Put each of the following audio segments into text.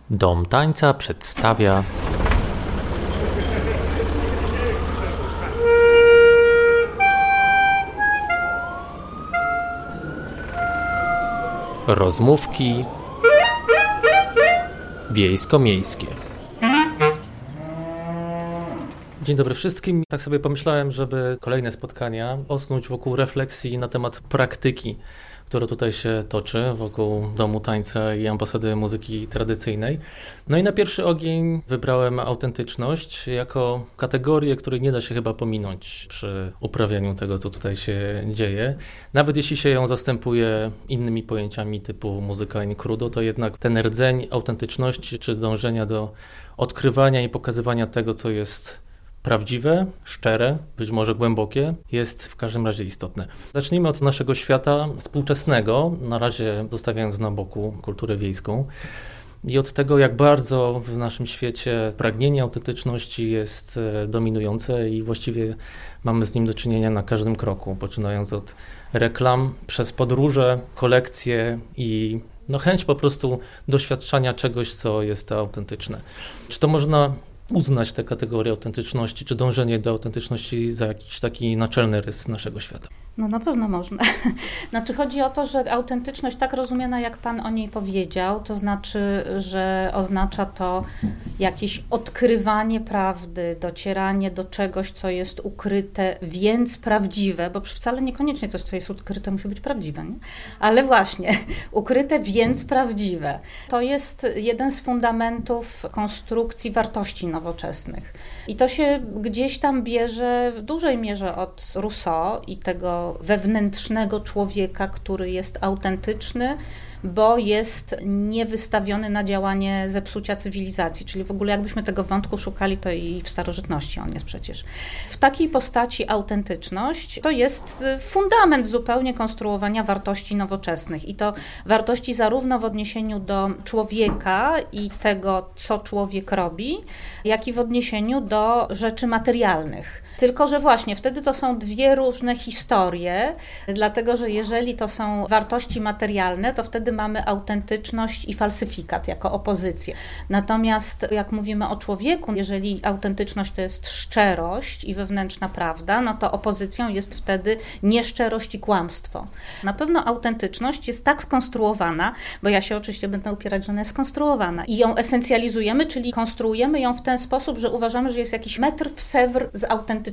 Dom Tańca przedstawia rozmówki wiejsko-miejskie. Dzień dobry wszystkim. Tak sobie pomyślałem, żeby kolejne spotkania osnuć wokół refleksji na temat praktyki, która tutaj się toczy wokół Domu Tańca i Ambasady Muzyki Tradycyjnej. No i na pierwszy ogień wybrałem autentyczność jako kategorię, której nie da się chyba pominąć przy uprawianiu tego, co tutaj się dzieje. Nawet jeśli się ją zastępuje innymi pojęciami typu muzyka in crudo, to jednak ten rdzeń autentyczności czy dążenia do odkrywania i pokazywania tego, co jest prawdziwe, szczere, być może głębokie, jest w każdym razie istotne. Zacznijmy od naszego świata współczesnego, na razie zostawiając na boku kulturę wiejską, i od tego, jak bardzo w naszym świecie pragnienie autentyczności jest dominujące i właściwie mamy z nim do czynienia na każdym kroku, poczynając od reklam, przez podróże, kolekcje i chęć po prostu doświadczania czegoś, co jest autentyczne. Czy to można uznać tę kategorię autentyczności, czy dążenie do autentyczności za jakiś taki naczelny rys naszego świata? No na pewno można. Znaczy chodzi o to, że autentyczność tak rozumiana, jak Pan o niej powiedział, to znaczy, że oznacza to jakieś odkrywanie prawdy, docieranie do czegoś, co jest ukryte, więc prawdziwe, bo wcale niekoniecznie coś, co jest ukryte, musi być prawdziwe, nie? Ale właśnie, ukryte, więc prawdziwe. To jest jeden z fundamentów konstrukcji wartości nowoczesnych. I to się gdzieś tam bierze w dużej mierze od Rousseau i tego wewnętrznego człowieka, który jest autentyczny, bo jest niewystawiony na działanie zepsucia cywilizacji. Czyli w ogóle jakbyśmy tego wątku szukali, to i w starożytności on jest przecież. W takiej postaci autentyczność to jest fundament zupełnie konstruowania wartości nowoczesnych. I to wartości zarówno w odniesieniu do człowieka i tego, co człowiek robi, jak i w odniesieniu do rzeczy materialnych. Tylko że właśnie wtedy to są dwie różne historie, dlatego że jeżeli to są wartości materialne, to wtedy mamy autentyczność i falsyfikat jako opozycję. Natomiast jak mówimy o człowieku, jeżeli autentyczność to jest szczerość i wewnętrzna prawda, no to opozycją jest wtedy nieszczerość i kłamstwo. Na pewno autentyczność jest tak skonstruowana, bo ja się oczywiście będę upierać, że ona jest skonstruowana i ją esencjalizujemy, czyli konstruujemy ją w ten sposób, że uważamy, że jest jakiś metr w sewr z autentycznością.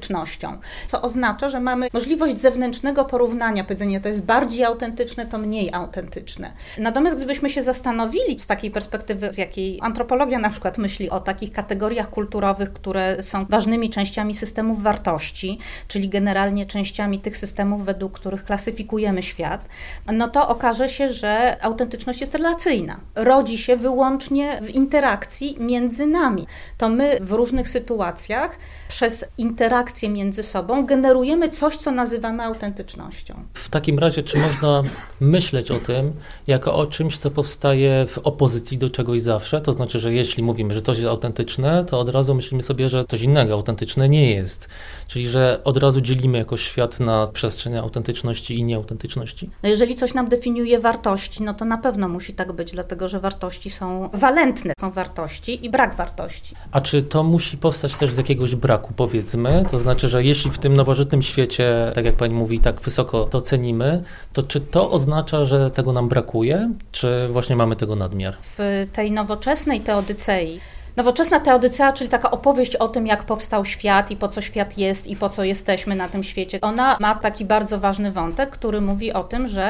Co oznacza, że mamy możliwość zewnętrznego porównania, powiedzenia, to jest bardziej autentyczne, to mniej autentyczne. Natomiast gdybyśmy się zastanowili z takiej perspektywy, z jakiej antropologia na przykład myśli o takich kategoriach kulturowych, które są ważnymi częściami systemów wartości, czyli generalnie częściami tych systemów, według których klasyfikujemy świat, no to okaże się, że autentyczność jest relacyjna. Rodzi się wyłącznie w interakcji między nami. To my w różnych sytuacjach przez interakcję między sobą generujemy coś, co nazywamy autentycznością. W takim razie, czy można myśleć o tym jako o czymś, co powstaje w opozycji do czegoś zawsze? To znaczy, że jeśli mówimy, że coś jest autentyczne, to od razu myślimy sobie, że coś innego autentyczne nie jest. Czyli, że od razu dzielimy jakoś świat na przestrzeń autentyczności i nieautentyczności. No jeżeli coś nam definiuje wartości, no to na pewno musi tak być, dlatego że wartości są walentne. Są wartości i brak wartości. A czy to musi powstać też z jakiegoś braku, powiedzmy? To znaczy, że jeśli w tym nowożytnym świecie, tak jak pani mówi, tak wysoko to cenimy, to czy to oznacza, że tego nam brakuje, czy właśnie mamy tego nadmiar? W tej nowoczesnej teodycei, nowoczesna teodycea, czyli taka opowieść o tym, jak powstał świat i po co świat jest i po co jesteśmy na tym świecie, ona ma taki bardzo ważny wątek, który mówi o tym, że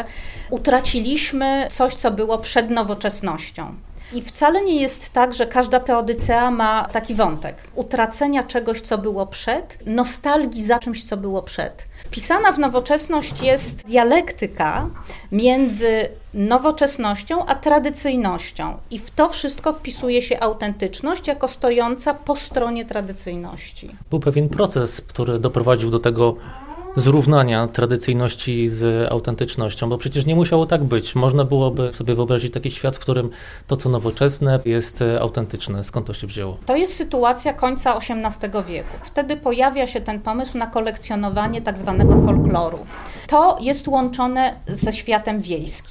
utraciliśmy coś, co było przed nowoczesnością. I wcale nie jest tak, że każda teodycea ma taki wątek utracenia czegoś, co było przed, nostalgii za czymś, co było przed. Wpisana w nowoczesność jest dialektyka między nowoczesnością a tradycyjnością. I w to wszystko wpisuje się autentyczność jako stojąca po stronie tradycyjności. Był pewien proces, który doprowadził do tego zrównania tradycyjności z autentycznością, bo przecież nie musiało tak być. Można byłoby sobie wyobrazić taki świat, w którym to, co nowoczesne, jest autentyczne. Skąd to się wzięło? To jest sytuacja końca XVIII wieku. Wtedy pojawia się ten pomysł na kolekcjonowanie tak zwanego folkloru. To jest łączone ze światem wiejskim.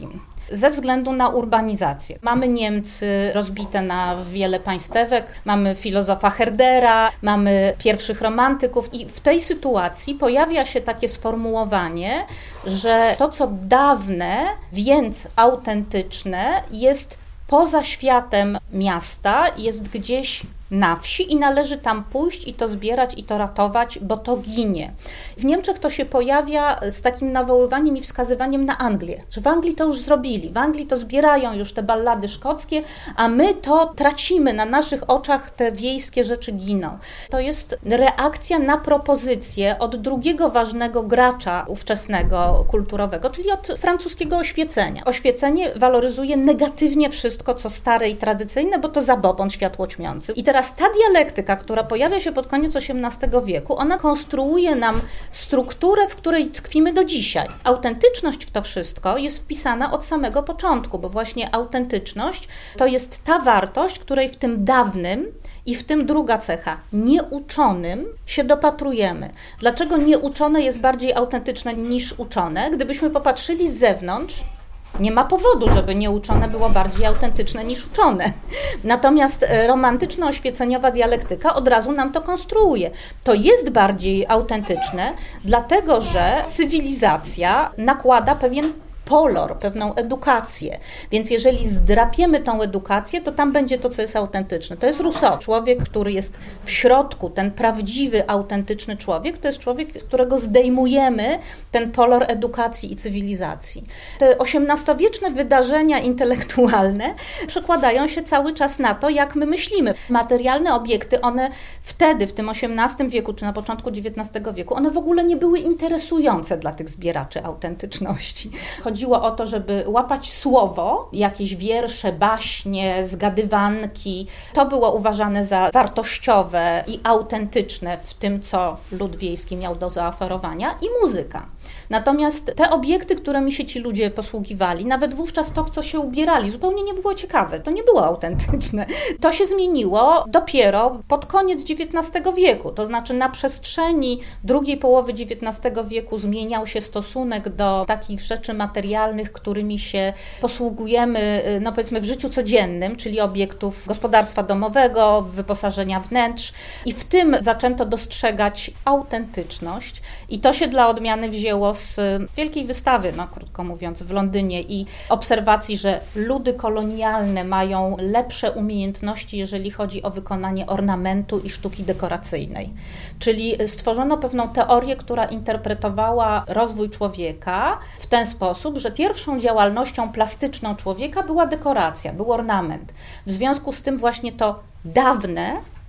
ze względu na urbanizację. Mamy Niemcy rozbite na wiele państewek, mamy filozofa Herdera, mamy pierwszych romantyków i w tej sytuacji pojawia się takie sformułowanie, że to, co dawne, więc autentyczne, jest poza światem miasta, jest gdzieś na wsi i należy tam pójść i to zbierać i to ratować, bo to ginie. W Niemczech to się pojawia z takim nawoływaniem i wskazywaniem na Anglię, że w Anglii to już zrobili, w Anglii to zbierają już te ballady szkockie, a my to tracimy, na naszych oczach te wiejskie rzeczy giną. To jest reakcja na propozycję od drugiego ważnego gracza ówczesnego kulturowego, czyli od francuskiego oświecenia. Oświecenie waloryzuje negatywnie wszystko, co stare i tradycyjne, bo to zabobon światłoćmiący. I teraz ta dialektyka, która pojawia się pod koniec XVIII wieku, ona konstruuje nam strukturę, w której tkwimy do dzisiaj. Autentyczność w to wszystko jest wpisana od samego początku, bo właśnie autentyczność to jest ta wartość, której w tym dawnym i w tym druga cecha, nieuczonym się dopatrujemy. Dlaczego nieuczone jest bardziej autentyczne niż uczone? Gdybyśmy popatrzyli z zewnątrz, nie ma powodu, żeby nieuczone było bardziej autentyczne niż uczone. Natomiast romantyczno-oświeceniowa dialektyka od razu nam to konstruuje. To jest bardziej autentyczne, dlatego że cywilizacja nakłada pewien polor, pewną edukację. Więc jeżeli zdrapiemy tą edukację, to tam będzie to, co jest autentyczne. To jest Rousseau. Człowiek, który jest w środku, ten prawdziwy, autentyczny człowiek, to jest człowiek, z którego zdejmujemy ten polor edukacji i cywilizacji. Te XVIII-wieczne wydarzenia intelektualne przekładają się cały czas na to, jak my myślimy. Materialne obiekty, one wtedy, w tym XVIII wieku, czy na początku XIX wieku, one w ogóle nie były interesujące dla tych zbieraczy autentyczności. Chodziło o to, żeby łapać słowo, jakieś wiersze, baśnie, zgadywanki. To było uważane za wartościowe i autentyczne w tym, co lud wiejski miał do zaoferowania, i muzyka. Natomiast te obiekty, którymi się ci ludzie posługiwali, nawet wówczas to, w co się ubierali, zupełnie nie było ciekawe, to nie było autentyczne. To się zmieniło dopiero pod koniec XIX wieku, to znaczy na przestrzeni drugiej połowy XIX wieku zmieniał się stosunek do takich rzeczy materialnych, którymi się posługujemy, no powiedzmy, w życiu codziennym, czyli obiektów gospodarstwa domowego, wyposażenia wnętrz, i w tym zaczęto dostrzegać autentyczność i to się dla odmiany wzięło z wielkiej wystawy, no krótko mówiąc, w Londynie i obserwacji, że ludy kolonialne mają lepsze umiejętności, jeżeli chodzi o wykonanie ornamentu i sztuki dekoracyjnej. Czyli stworzono pewną teorię, która interpretowała rozwój człowieka w ten sposób, że pierwszą działalnością plastyczną człowieka była dekoracja, był ornament. W związku z tym właśnie to dawne,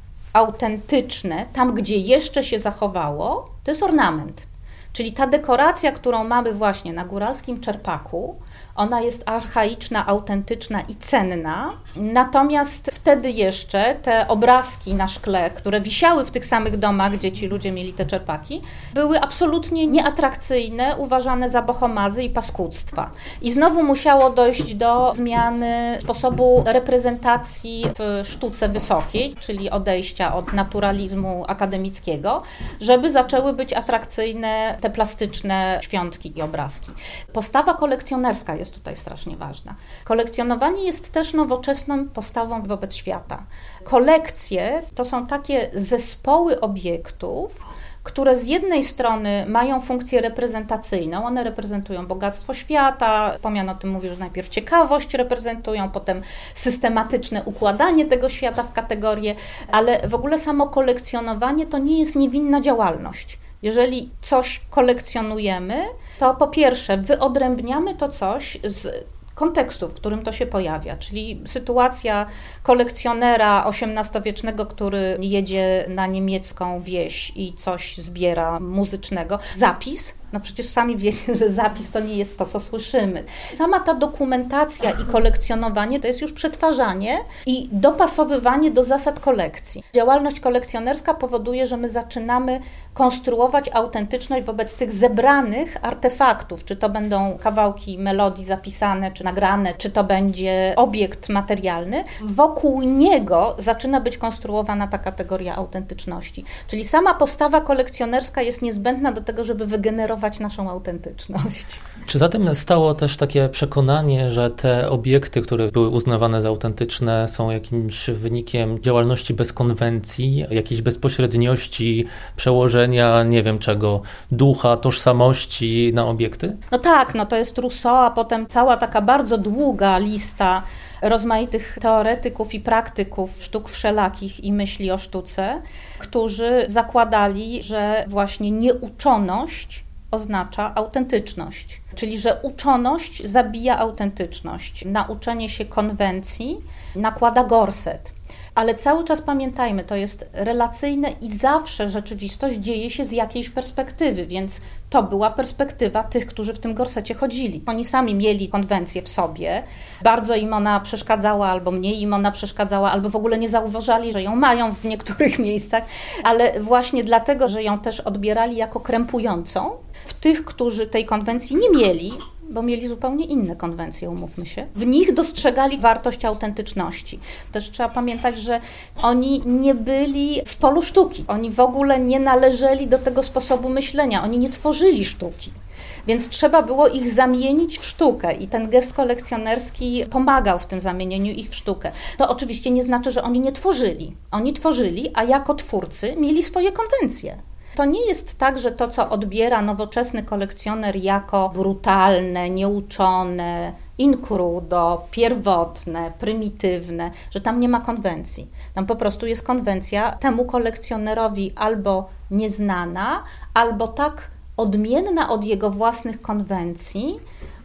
autentyczne, tam gdzie jeszcze się zachowało, to jest ornament. Czyli ta dekoracja, którą mamy właśnie na góralskim czerpaku, ona jest archaiczna, autentyczna i cenna. Natomiast wtedy jeszcze te obrazki na szkle, które wisiały w tych samych domach, gdzie ci ludzie mieli te czerpaki, były absolutnie nieatrakcyjne, uważane za bohomazy i paskudztwa. I znowu musiało dojść do zmiany sposobu reprezentacji w sztuce wysokiej, czyli odejścia od naturalizmu akademickiego, żeby zaczęły być atrakcyjne te plastyczne świątki i obrazki. Postawa kolekcjonerska jest tutaj strasznie ważna. Kolekcjonowanie jest też nowoczesną postawą wobec świata. Kolekcje to są takie zespoły obiektów, które z jednej strony mają funkcję reprezentacyjną, one reprezentują bogactwo świata, Pomian o tym mówi, że najpierw ciekawość reprezentują, potem systematyczne układanie tego świata w kategorie, ale w ogóle samo kolekcjonowanie to nie jest niewinna działalność. Jeżeli coś kolekcjonujemy, to po pierwsze wyodrębniamy to coś z kontekstu, w którym to się pojawia, czyli sytuacja kolekcjonera XVIII-wiecznego, który jedzie na niemiecką wieś i coś zbiera muzycznego. Zapis, no przecież sami wiecie, że zapis to nie jest to, co słyszymy. Sama ta dokumentacja i kolekcjonowanie to jest już przetwarzanie i dopasowywanie do zasad kolekcji. Działalność kolekcjonerska powoduje, że my zaczynamy konstruować autentyczność wobec tych zebranych artefaktów, czy to będą kawałki melodii zapisane, czy nagrane, czy to będzie obiekt materialny. Wokół niego zaczyna być konstruowana ta kategoria autentyczności. Czyli sama postawa kolekcjonerska jest niezbędna do tego, żeby wygenerować zachować naszą autentyczność. Czy zatem stało też takie przekonanie, że te obiekty, które były uznawane za autentyczne, są jakimś wynikiem działalności bez konwencji, jakiejś bezpośredniości, przełożenia, nie wiem czego, ducha, tożsamości na obiekty? No tak, to jest Rousseau, a potem cała taka bardzo długa lista rozmaitych teoretyków i praktyków sztuk wszelakich i myśli o sztuce, którzy zakładali, że właśnie nieuczoność oznacza autentyczność, czyli że uczoność zabija autentyczność. Nauczenie się konwencji nakłada gorset. Ale cały czas pamiętajmy, to jest relacyjne i zawsze rzeczywistość dzieje się z jakiejś perspektywy, więc to była perspektywa tych, którzy w tym gorsecie chodzili. Oni sami mieli konwencję w sobie, bardzo im ona przeszkadzała, albo mniej im ona przeszkadzała, albo w ogóle nie zauważali, że ją mają w niektórych miejscach, ale właśnie dlatego, że ją też odbierali jako krępującą, w tych, którzy tej konwencji nie mieli, bo mieli zupełnie inne konwencje, umówmy się. W nich dostrzegali wartość autentyczności. Też trzeba pamiętać, że oni nie byli w polu sztuki. Oni w ogóle nie należeli do tego sposobu myślenia. Oni nie tworzyli sztuki. Więc trzeba było ich zamienić w sztukę i ten gest kolekcjonerski pomagał w tym zamienieniu ich w sztukę. To oczywiście nie znaczy, że oni nie tworzyli. Oni tworzyli, a jako twórcy mieli swoje konwencje. To nie jest tak, że to, co odbiera nowoczesny kolekcjoner jako brutalne, nieuczone, in crudo, pierwotne, prymitywne, że tam nie ma konwencji. Tam po prostu jest konwencja temu kolekcjonerowi albo nieznana, albo tak odmienna od jego własnych konwencji,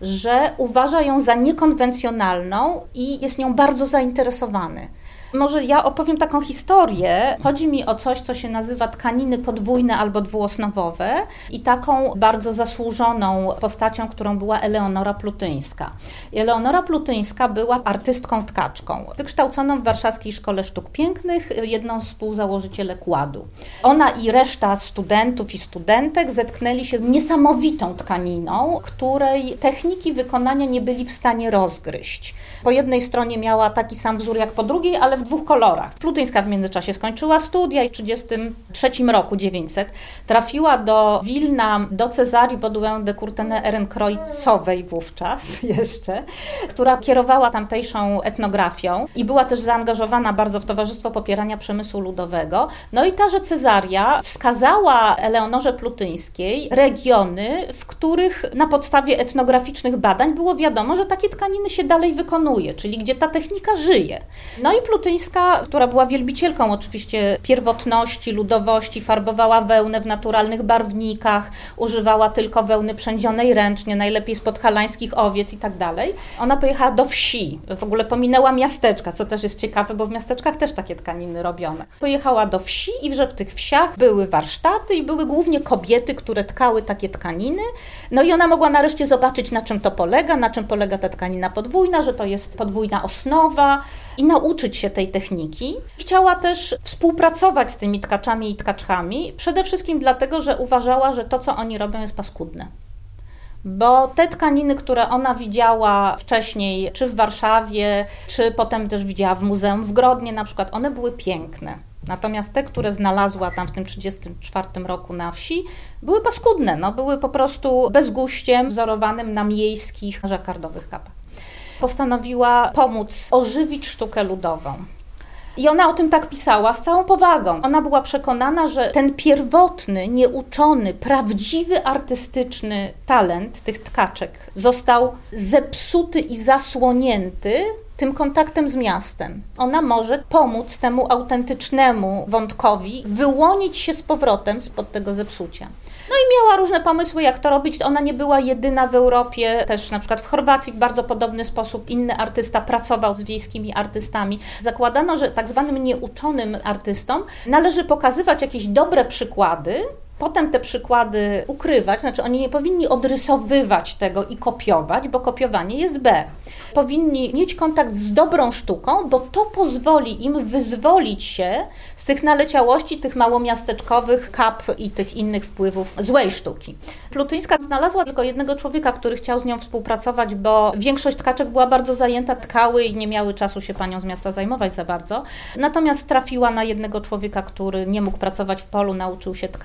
że uważa ją za niekonwencjonalną i jest nią bardzo zainteresowany. Może ja opowiem taką historię. Chodzi mi o coś, co się nazywa tkaniny podwójne albo dwuosnowowe i taką bardzo zasłużoną postacią, którą była Eleonora Plutyńska. Eleonora Plutyńska była artystką tkaczką, wykształconą w Warszawskiej Szkole Sztuk Pięknych, jedną z współzałożycielek Ładu. Ona i reszta studentów i studentek zetknęli się z niesamowitą tkaniną, której techniki wykonania nie byli w stanie rozgryźć. Po jednej stronie miała taki sam wzór jak po drugiej, ale w dwóch kolorach. Plutyńska w międzyczasie skończyła studia i w 1933 roku 900 trafiła do Wilna, do Cezarii Baudouin de Courtenay-Ehrenkreuzowej wówczas jeszcze, która kierowała tamtejszą etnografią i była też zaangażowana bardzo w Towarzystwo Popierania Przemysłu Ludowego. No i ta, że Cezaria wskazała Eleonorze Plutyńskiej regiony, w których na podstawie etnograficznych badań było wiadomo, że takie tkaniny się dalej wykonuje, czyli gdzie ta technika żyje. No i Plutyńska, która była wielbicielką oczywiście pierwotności, ludowości, farbowała wełnę w naturalnych barwnikach, używała tylko wełny przędzionej ręcznie, najlepiej z podhalańskich owiec i tak dalej. Ona pojechała do wsi, w ogóle pominęła miasteczka, co też jest ciekawe, bo w miasteczkach też takie tkaniny robione. Pojechała do wsi i że w tych wsiach były warsztaty i były głównie kobiety, które tkały takie tkaniny. No i ona mogła nareszcie zobaczyć, na czym to polega, na czym polega ta tkanina podwójna, że to jest podwójna osnowa i nauczyć się tej techniki. Chciała też współpracować z tymi tkaczami i tkaczkami, przede wszystkim dlatego, że uważała, że to, co oni robią, jest paskudne. Bo te tkaniny, które ona widziała wcześniej, czy w Warszawie, czy potem też widziała w muzeum w Grodnie na przykład, one były piękne. Natomiast te, które znalazła tam w tym 1934 roku na wsi, były paskudne, były po prostu bezguściem wzorowanym na miejskich żakardowych kapach. Postanowiła pomóc ożywić sztukę ludową. I ona o tym tak pisała z całą powagą. Ona była przekonana, że ten pierwotny, nieuczony, prawdziwy artystyczny talent tych tkaczek został zepsuty i zasłonięty tym kontaktem z miastem. Ona może pomóc temu autentycznemu wątkowi wyłonić się z powrotem spod tego zepsucia. No i miała różne pomysły, jak to robić. Ona nie była jedyna w Europie, też na przykład w Chorwacji w bardzo podobny sposób inny artysta pracował z wiejskimi artystami. Zakładano, że tak zwanym nieuczonym artystom należy pokazywać jakieś dobre przykłady, potem te przykłady ukrywać, znaczy oni nie powinni odrysowywać tego i kopiować, bo kopiowanie jest B. Powinni mieć kontakt z dobrą sztuką, bo to pozwoli im wyzwolić się z tych naleciałości, tych małomiasteczkowych kap i tych innych wpływów złej sztuki. Plutyńska znalazła tylko jednego człowieka, który chciał z nią współpracować, bo większość tkaczek była bardzo zajęta, tkały i nie miały czasu się panią z miasta zajmować za bardzo. Natomiast trafiła na jednego człowieka, który nie mógł pracować w polu, nauczył się tkać, żeby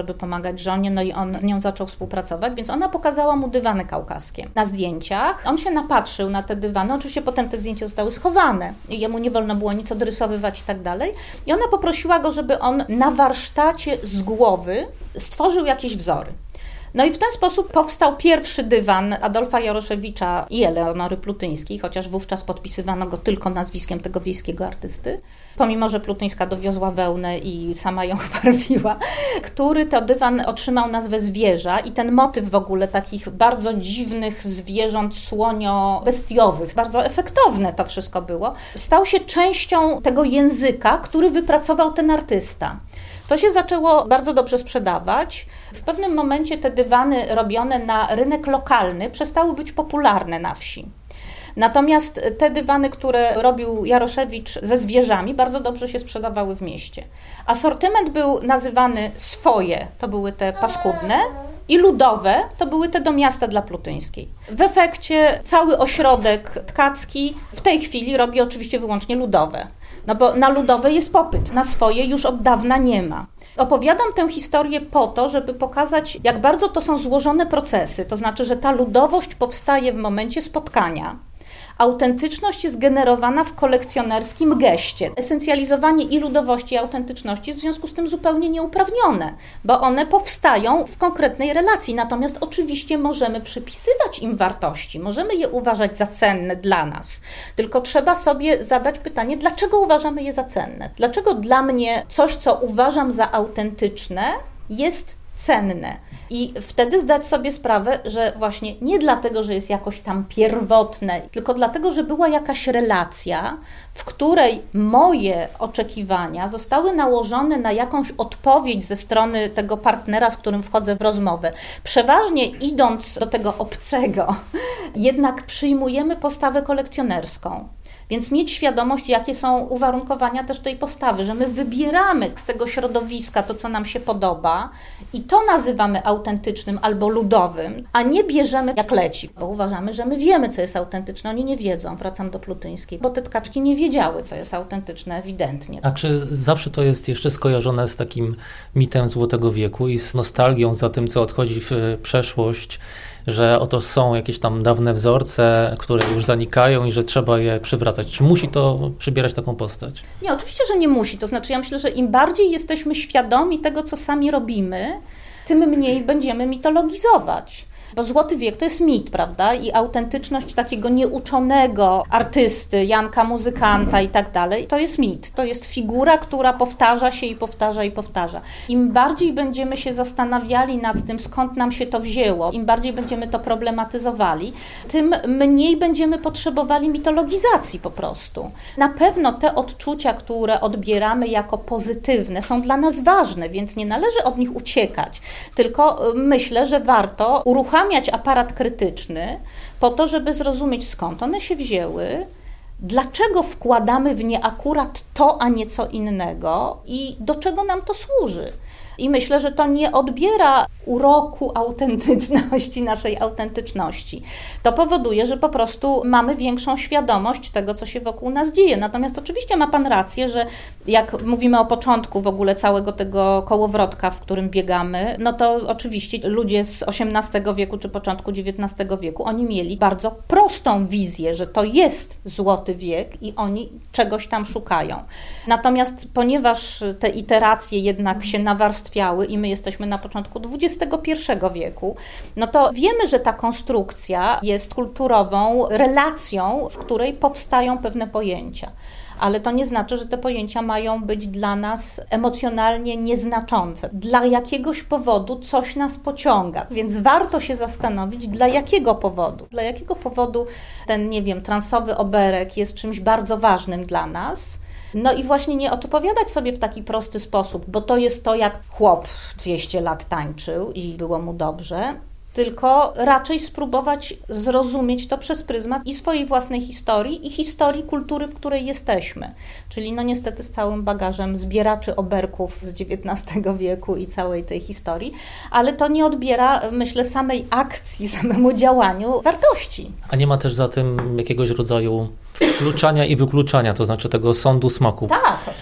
żeby pomagać żonie, no i on z nią zaczął współpracować, więc ona pokazała mu dywany kaukaskie. Na zdjęciach on się napatrzył na te dywany, oczywiście potem te zdjęcia zostały schowane i jemu nie wolno było nic odrysowywać i tak dalej. I ona poprosiła go, żeby on na warsztacie z głowy stworzył jakieś wzory. No i w ten sposób powstał pierwszy dywan Adolfa Jaroszewicza i Eleonory Plutyńskiej, chociaż wówczas podpisywano go tylko nazwiskiem tego wiejskiego artysty, pomimo że Plutyńska dowiozła wełnę i sama ją barwiła, który to dywan otrzymał nazwę zwierza i ten motyw w ogóle takich bardzo dziwnych zwierząt słonio-bestiowych, bardzo efektowne to wszystko było, stał się częścią tego języka, który wypracował ten artysta. To się zaczęło bardzo dobrze sprzedawać. W pewnym momencie te dywany robione na rynek lokalny przestały być popularne na wsi. Natomiast te dywany, które robił Jaroszewicz ze zwierzami, bardzo dobrze się sprzedawały w mieście. Asortyment był nazywany swoje, to były te paskudne, i ludowe, to były te do miasta dla Plutyńskiej. W efekcie cały ośrodek tkacki w tej chwili robi oczywiście wyłącznie ludowe. No bo na ludowe jest popyt, na swoje już od dawna nie ma. Opowiadam tę historię po to, żeby pokazać, jak bardzo to są złożone procesy. To znaczy, że ta ludowość powstaje w momencie spotkania. Autentyczność jest generowana w kolekcjonerskim geście. Esencjalizowanie i ludowości, i autentyczności jest w związku z tym zupełnie nieuprawnione, bo one powstają w konkretnej relacji. Natomiast oczywiście możemy przypisywać im wartości, możemy je uważać za cenne dla nas. Tylko trzeba sobie zadać pytanie, dlaczego uważamy je za cenne? Dlaczego dla mnie coś, co uważam za autentyczne, jest cenne? I wtedy zdać sobie sprawę, że właśnie nie dlatego, że jest jakoś tam pierwotne, tylko dlatego, że była jakaś relacja, w której moje oczekiwania zostały nałożone na jakąś odpowiedź ze strony tego partnera, z którym wchodzę w rozmowę. Przeważnie idąc do tego obcego, jednak przyjmujemy postawę kolekcjonerską. Więc mieć świadomość, jakie są uwarunkowania też tej postawy, że my wybieramy z tego środowiska to, co nam się podoba i to nazywamy autentycznym albo ludowym, a nie bierzemy jak leci, bo uważamy, że my wiemy, co jest autentyczne, oni nie wiedzą, wracam do Plutyńskiej, bo te tkaczki nie wiedziały, co jest autentyczne ewidentnie. A czy zawsze to jest jeszcze skojarzone z takim mitem Złotego Wieku i z nostalgią za tym, co odchodzi w przeszłość, że oto są jakieś tam dawne wzorce, które już zanikają i że trzeba je przywracać. Czy musi to przybierać taką postać? Nie, oczywiście, że nie musi. To znaczy ja myślę, że im bardziej jesteśmy świadomi tego, co sami robimy, tym mniej będziemy mitologizować. Bo Złoty Wiek to jest mit, prawda? I autentyczność takiego nieuczonego artysty, Janka muzykanta i tak dalej, to jest mit. To jest figura, która powtarza się i powtarza i powtarza. Im bardziej będziemy się zastanawiali nad tym, skąd nam się to wzięło, im bardziej będziemy to problematyzowali, tym mniej będziemy potrzebowali mitologizacji po prostu. Na pewno te odczucia, które odbieramy jako pozytywne, są dla nas ważne, więc nie należy od nich uciekać. Tylko myślę, że warto uruchamiać aparat krytyczny po to, żeby zrozumieć, skąd one się wzięły, dlaczego wkładamy w nie akurat to, a nie co innego i do czego nam to służy. I myślę, że to nie odbiera uroku autentyczności, naszej autentyczności. To powoduje, że po prostu mamy większą świadomość tego, co się wokół nas dzieje. Natomiast oczywiście ma Pan rację, że jak mówimy o początku w ogóle całego tego kołowrotka, w którym biegamy, no to oczywiście ludzie z XVIII wieku czy początku XIX wieku, oni mieli bardzo prostą wizję, że to jest Złoty Wiek i oni czegoś tam szukają. Natomiast ponieważ te iteracje jednak się nawarstwiały i my jesteśmy na początku XXI wieku, no to wiemy, że ta konstrukcja jest kulturową relacją, w której powstają pewne pojęcia. Ale to nie znaczy, że te pojęcia mają być dla nas emocjonalnie nieznaczące. Dla jakiegoś powodu coś nas pociąga, więc warto się zastanowić, dla jakiego powodu. Dla jakiego powodu ten, nie wiem, transowy oberek jest czymś bardzo ważnym dla nas. No i właśnie nie odpowiadać sobie w taki prosty sposób, bo to jest to, jak chłop 200 lat tańczył i było mu dobrze, tylko raczej spróbować zrozumieć to przez pryzmat i swojej własnej historii i historii kultury, w której jesteśmy. Czyli no niestety z całym bagażem zbieraczy oberków z XIX wieku i całej tej historii, ale to nie odbiera, myślę, samej akcji, samemu działaniu wartości. A nie ma też za tym jakiegoś rodzaju wkluczania i wykluczania, to znaczy tego sądu smaku. Tak, oczywiście.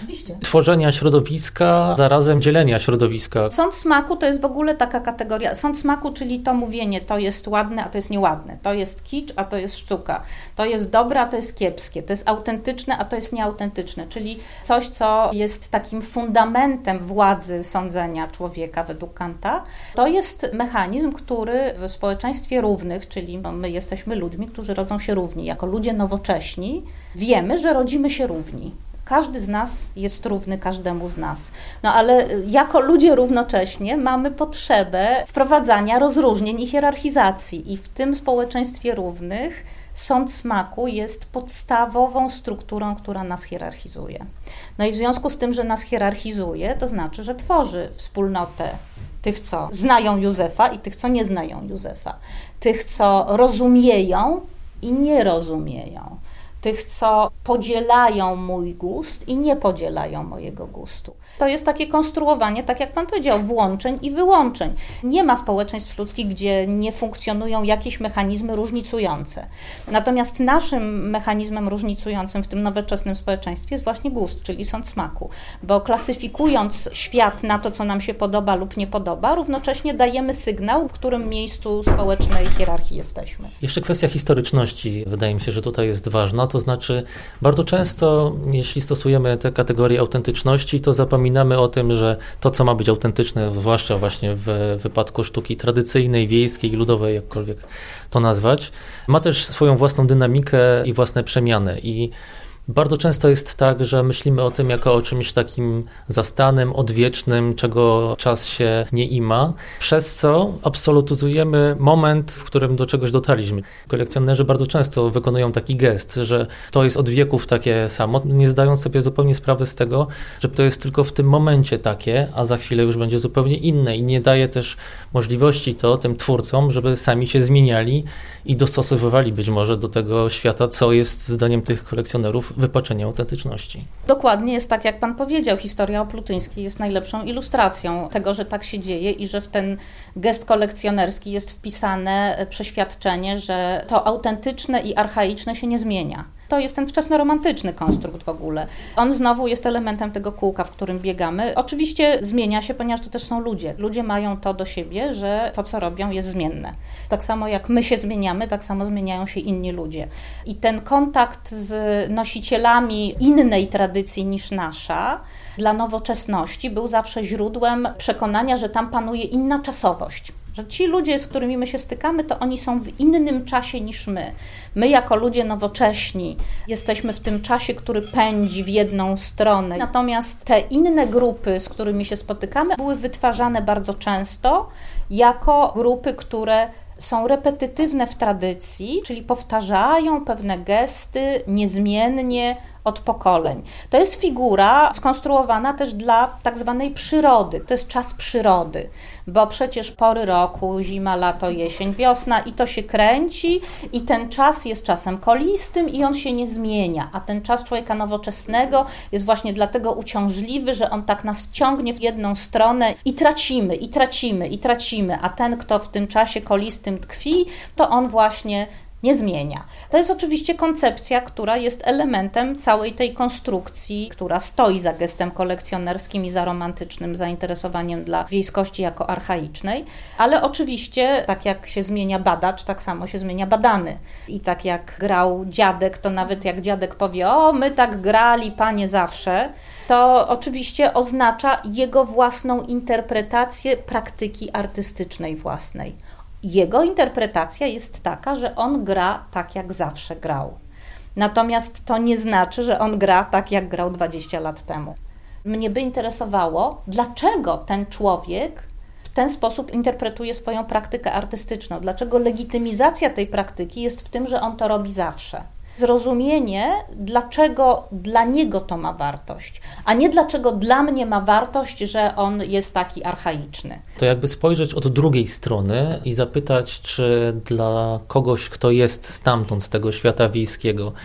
tworzenia środowiska, zarazem dzielenia środowiska. Sąd smaku to jest w ogóle taka kategoria. Sąd smaku, czyli to mówienie, to jest ładne, a to jest nieładne. To jest kicz, a to jest sztuka. To jest dobre, a to jest kiepskie. To jest autentyczne, a to jest nieautentyczne. Czyli coś, co jest takim fundamentem władzy sądzenia człowieka według Kanta. To jest mechanizm, który w społeczeństwie równych, czyli my jesteśmy ludźmi, którzy rodzą się równi. Jako ludzie nowocześni wiemy, że rodzimy się równi. Każdy z nas jest równy każdemu z nas. No ale jako ludzie równocześnie mamy potrzebę wprowadzania rozróżnień i hierarchizacji. I w tym społeczeństwie równych sąd smaku jest podstawową strukturą, która nas hierarchizuje. No i w związku z tym, że nas hierarchizuje, to znaczy, że tworzy wspólnotę tych, co znają Józefa i tych, co nie znają Józefa. Tych, co rozumieją i nie rozumieją. Tych, co podzielają mój gust i nie podzielają mojego gustu. To jest takie konstruowanie, tak jak Pan powiedział, włączeń i wyłączeń. Nie ma społeczeństw ludzkich, gdzie nie funkcjonują jakieś mechanizmy różnicujące. Natomiast naszym mechanizmem różnicującym w tym nowoczesnym społeczeństwie jest właśnie gust, czyli sąd smaku. Bo klasyfikując świat na to, co nam się podoba lub nie podoba, równocześnie dajemy sygnał, w którym miejscu społecznej hierarchii jesteśmy. Jeszcze kwestia historyczności, wydaje mi się, że tutaj jest ważna. To znaczy, bardzo często, jeśli stosujemy te kategorie autentyczności, to zapominamy o tym, że to, co ma być autentyczne, zwłaszcza właśnie w wypadku sztuki tradycyjnej, wiejskiej, ludowej, jakkolwiek to nazwać, ma też swoją własną dynamikę i własne przemiany. I bardzo często jest tak, że myślimy o tym jako o czymś takim zastanym, odwiecznym, czego czas się nie ima, przez co absolutyzujemy moment, w którym do czegoś dotarliśmy. Kolekcjonerzy bardzo często wykonują taki gest, że to jest od wieków takie samo, nie zdając sobie zupełnie sprawy z tego, że to jest tylko w tym momencie takie, a za chwilę już będzie zupełnie inne i nie daje też możliwości to tym twórcom, żeby sami się zmieniali i dostosowywali być może do tego świata, co jest zdaniem tych kolekcjonerów wypaczenie autentyczności. Dokładnie jest tak, jak Pan powiedział. Historia Oplutyńskiej jest najlepszą ilustracją tego, że tak się dzieje i że w ten gest kolekcjonerski jest wpisane przeświadczenie, że to autentyczne i archaiczne się nie zmienia. To jest ten wczesnoromantyczny konstrukt w ogóle. On znowu jest elementem tego kółka, w którym biegamy. Oczywiście zmienia się, ponieważ to też są ludzie. Ludzie mają to do siebie, że to, co robią, jest zmienne. Tak samo jak my się zmieniamy, tak samo zmieniają się inni ludzie. I ten kontakt z nosicielami innej tradycji niż nasza dla nowoczesności był zawsze źródłem przekonania, że tam panuje inna czasowość. Że ci ludzie, z którymi my się stykamy, to oni są w innym czasie niż my. My jako ludzie nowocześni jesteśmy w tym czasie, który pędzi w jedną stronę. Natomiast te inne grupy, z którymi się spotykamy, były wytwarzane bardzo często jako grupy, które są repetytywne w tradycji, czyli powtarzają pewne gesty niezmiennie od pokoleń. To jest figura skonstruowana też dla tak zwanej przyrody. To jest czas przyrody, bo przecież pory roku, zima, lato, jesień, wiosna i to się kręci i ten czas jest czasem kolistym i on się nie zmienia, a ten czas człowieka nowoczesnego jest właśnie dlatego uciążliwy, że on tak nas ciągnie w jedną stronę i tracimy, i tracimy, i tracimy, a ten, kto w tym czasie kolistym tkwi, to on właśnie nie zmienia. To jest oczywiście koncepcja, która jest elementem całej tej konstrukcji, która stoi za gestem kolekcjonerskim i za romantycznym zainteresowaniem dla wiejskości jako archaicznej, ale oczywiście tak jak się zmienia badacz, tak samo się zmienia badany. I tak jak grał dziadek, to nawet jak dziadek powie, o my tak grali, panie, zawsze, to oczywiście oznacza jego własną interpretację praktyki artystycznej własnej. Jego interpretacja jest taka, że on gra tak, jak zawsze grał. Natomiast to nie znaczy, że on gra tak, jak grał 20 lat temu. Mnie by interesowało, dlaczego ten człowiek w ten sposób interpretuje swoją praktykę artystyczną. Dlaczego legitymizacja tej praktyki jest w tym, że on to robi zawsze. Zrozumienie, dlaczego dla niego to ma wartość, a nie dlaczego dla mnie ma wartość, że on jest taki archaiczny. To jakby spojrzeć od drugiej strony i zapytać, czy dla kogoś, kto jest stamtąd, z tego świata wiejskiego,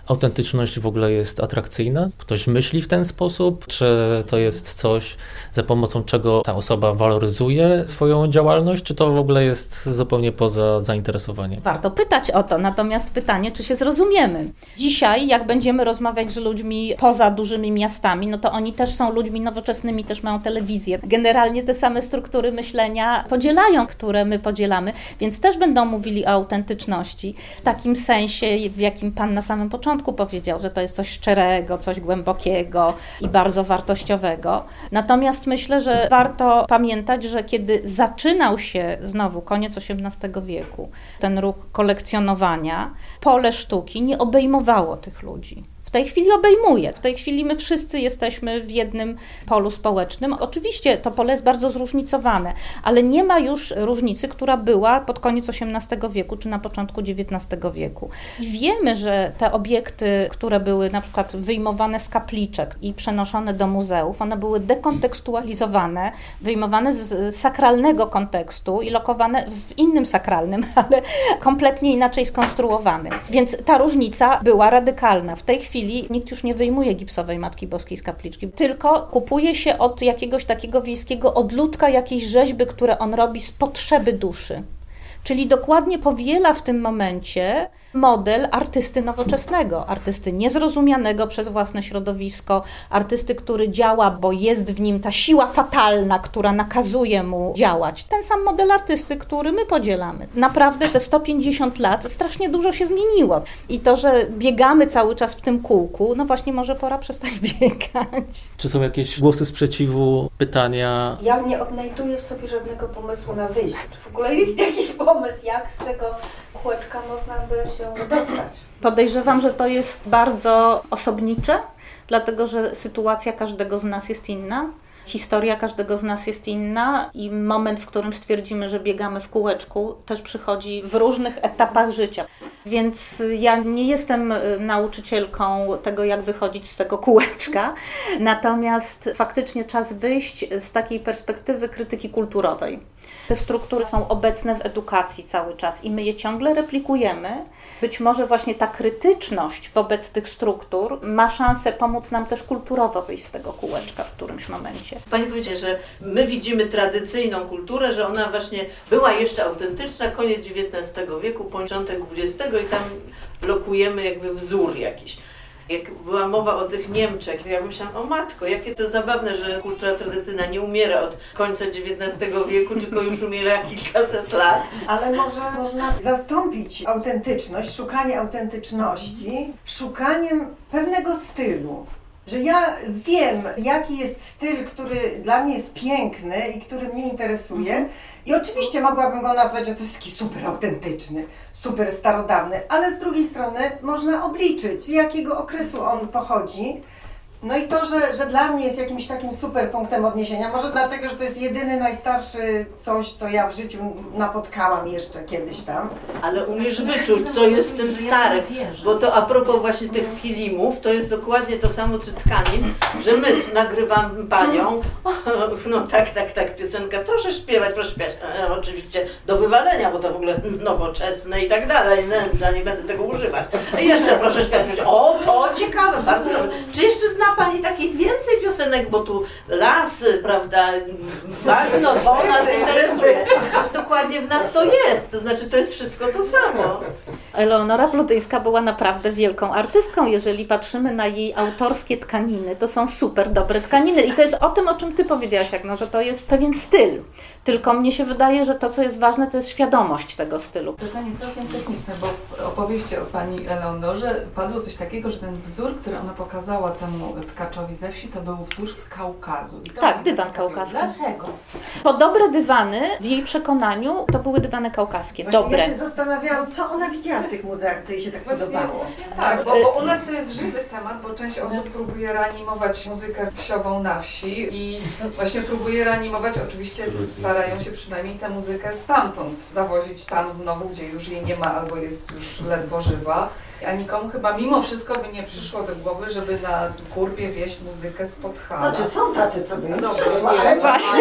autentyczność w ogóle jest atrakcyjna? Ktoś myśli w ten sposób? Czy to jest coś, za pomocą czego ta osoba waloryzuje swoją działalność? Czy to w ogóle jest zupełnie poza zainteresowaniem? Warto pytać o to, natomiast pytanie, czy się zrozumiemy. Dzisiaj, jak będziemy rozmawiać z ludźmi poza dużymi miastami, no to oni też są ludźmi nowoczesnymi, też mają telewizję. Generalnie te same struktury myślenia podzielają, które my podzielamy, więc też będą mówili o autentyczności w takim sensie, w jakim Pan na samym początku powiedział, że to jest coś szczerego, coś głębokiego i bardzo wartościowego. Natomiast myślę, że warto pamiętać, że kiedy zaczynał się znowu koniec XVIII wieku, ten ruch kolekcjonowania, pole sztuki nie obejmowało tych ludzi. W tej chwili obejmuje. W tej chwili my wszyscy jesteśmy w jednym polu społecznym. Oczywiście to pole jest bardzo zróżnicowane, ale nie ma już różnicy, która była pod koniec XVIII wieku czy na początku XIX wieku. I wiemy, że te obiekty, które były na przykład wyjmowane z kapliczek i przenoszone do muzeów, one były dekontekstualizowane, wyjmowane z sakralnego kontekstu i lokowane w innym sakralnym, ale kompletnie inaczej skonstruowanym. Więc ta różnica była radykalna. W tej chwili nikt już nie wyjmuje gipsowej Matki Boskiej z kapliczki, tylko kupuje się od jakiegoś takiego wiejskiego odludka jakieś rzeźby, które on robi z potrzeby duszy. Czyli dokładnie powiela w tym momencie model artysty nowoczesnego, artysty niezrozumianego przez własne środowisko, artysty, który działa, bo jest w nim ta siła fatalna, która nakazuje mu działać. Ten sam model artysty, który my podzielamy. Naprawdę te 150 lat strasznie dużo się zmieniło. I to, że biegamy cały czas w tym kółku, no właśnie może pora przestać biegać. Czy są jakieś głosy sprzeciwu, pytania? Ja nie odnajduję w sobie żadnego pomysłu na wyjście. Czy w ogóle jest jakiś pomysł, jak z tego kółeczka można by się dostać? Podejrzewam, że to jest bardzo osobnicze, dlatego że sytuacja każdego z nas jest inna. Historia każdego z nas jest inna i moment, w którym stwierdzimy, że biegamy w kółeczku, też przychodzi w różnych etapach życia. Więc ja nie jestem nauczycielką tego, jak wychodzić z tego kółeczka, natomiast faktycznie czas wyjść z takiej perspektywy krytyki kulturowej. Te struktury są obecne w edukacji cały czas i my je ciągle replikujemy. Być może właśnie ta krytyczność wobec tych struktur ma szansę pomóc nam też kulturowo wyjść z tego kółeczka w którymś momencie. Pani powiedziała, że my widzimy tradycyjną kulturę, że ona właśnie była jeszcze autentyczna, koniec XIX wieku, początek XX i tam blokujemy jakby wzór jakiś. Jak była mowa o tych Niemczech, ja myślałam, o matko, jakie to zabawne, że kultura tradycyjna nie umiera od końca XIX wieku, tylko już umiera kilkaset lat. Ale może można zastąpić autentyczność, szukanie autentyczności, szukaniem pewnego stylu. Że ja wiem, jaki jest styl, który dla mnie jest piękny i który mnie interesuje. I oczywiście mogłabym go nazwać, że to jest taki super autentyczny, super starodawny, ale z drugiej strony można obliczyć, z jakiego okresu on pochodzi. No i to, że dla mnie jest jakimś takim super punktem odniesienia, może dlatego, że to jest jedyny, najstarszy coś, co ja w życiu napotkałam jeszcze kiedyś tam. Ale umiesz wyczuć, co jest w tym starym, bo to a propos właśnie tych kilimów, to jest dokładnie to samo, czy tkanin, że my nagrywam panią, no tak, piosenka, proszę śpiewać, oczywiście do wywalenia, bo to w ogóle nowoczesne i tak dalej, nędza, nie będę tego używać. I jeszcze proszę śpiewać, o to ciekawe, bardzo dobrze. Czy jeszcze zna Pani takich więcej piosenek, bo tu lasy, prawda, bagno, to nas interesuje. Dokładnie w nas to jest, to znaczy to jest wszystko to samo. Eleonora Plutyńska była naprawdę wielką artystką. Jeżeli patrzymy na jej autorskie tkaniny, to są super dobre tkaniny. I to jest o tym, o czym Ty powiedziałaś, Agno, że to jest pewien styl. Tylko mnie się wydaje, że to, co jest ważne, to jest świadomość tego stylu. Pytanie całkiem techniczne, bo w opowieści o Pani Eleonorze padło coś takiego, że ten wzór, który ona pokazała temu tkaczowi ze wsi, to był wzór z Kaukazu. Tak, dywan kaukaski. Dlaczego? Bo dobre dywany, w jej przekonaniu, to były dywany kaukaskie. Właśnie dobre. Ja się zastanawiałam, co ona widziała w tych muzeach, co jej się tak podobało. Właśnie tak, bo u nas to jest żywy temat, bo część osób próbuje reanimować muzykę wsiową na wsi i właśnie próbuje reanimować, oczywiście starają się przynajmniej tę muzykę stamtąd zawozić tam znowu, gdzie już jej nie ma albo jest już ledwo żywa. A nikomu chyba mimo wszystko by nie przyszło do głowy, żeby na Kurbie wieść muzykę z Podhala. Znaczy są tacy, co by ale właśnie.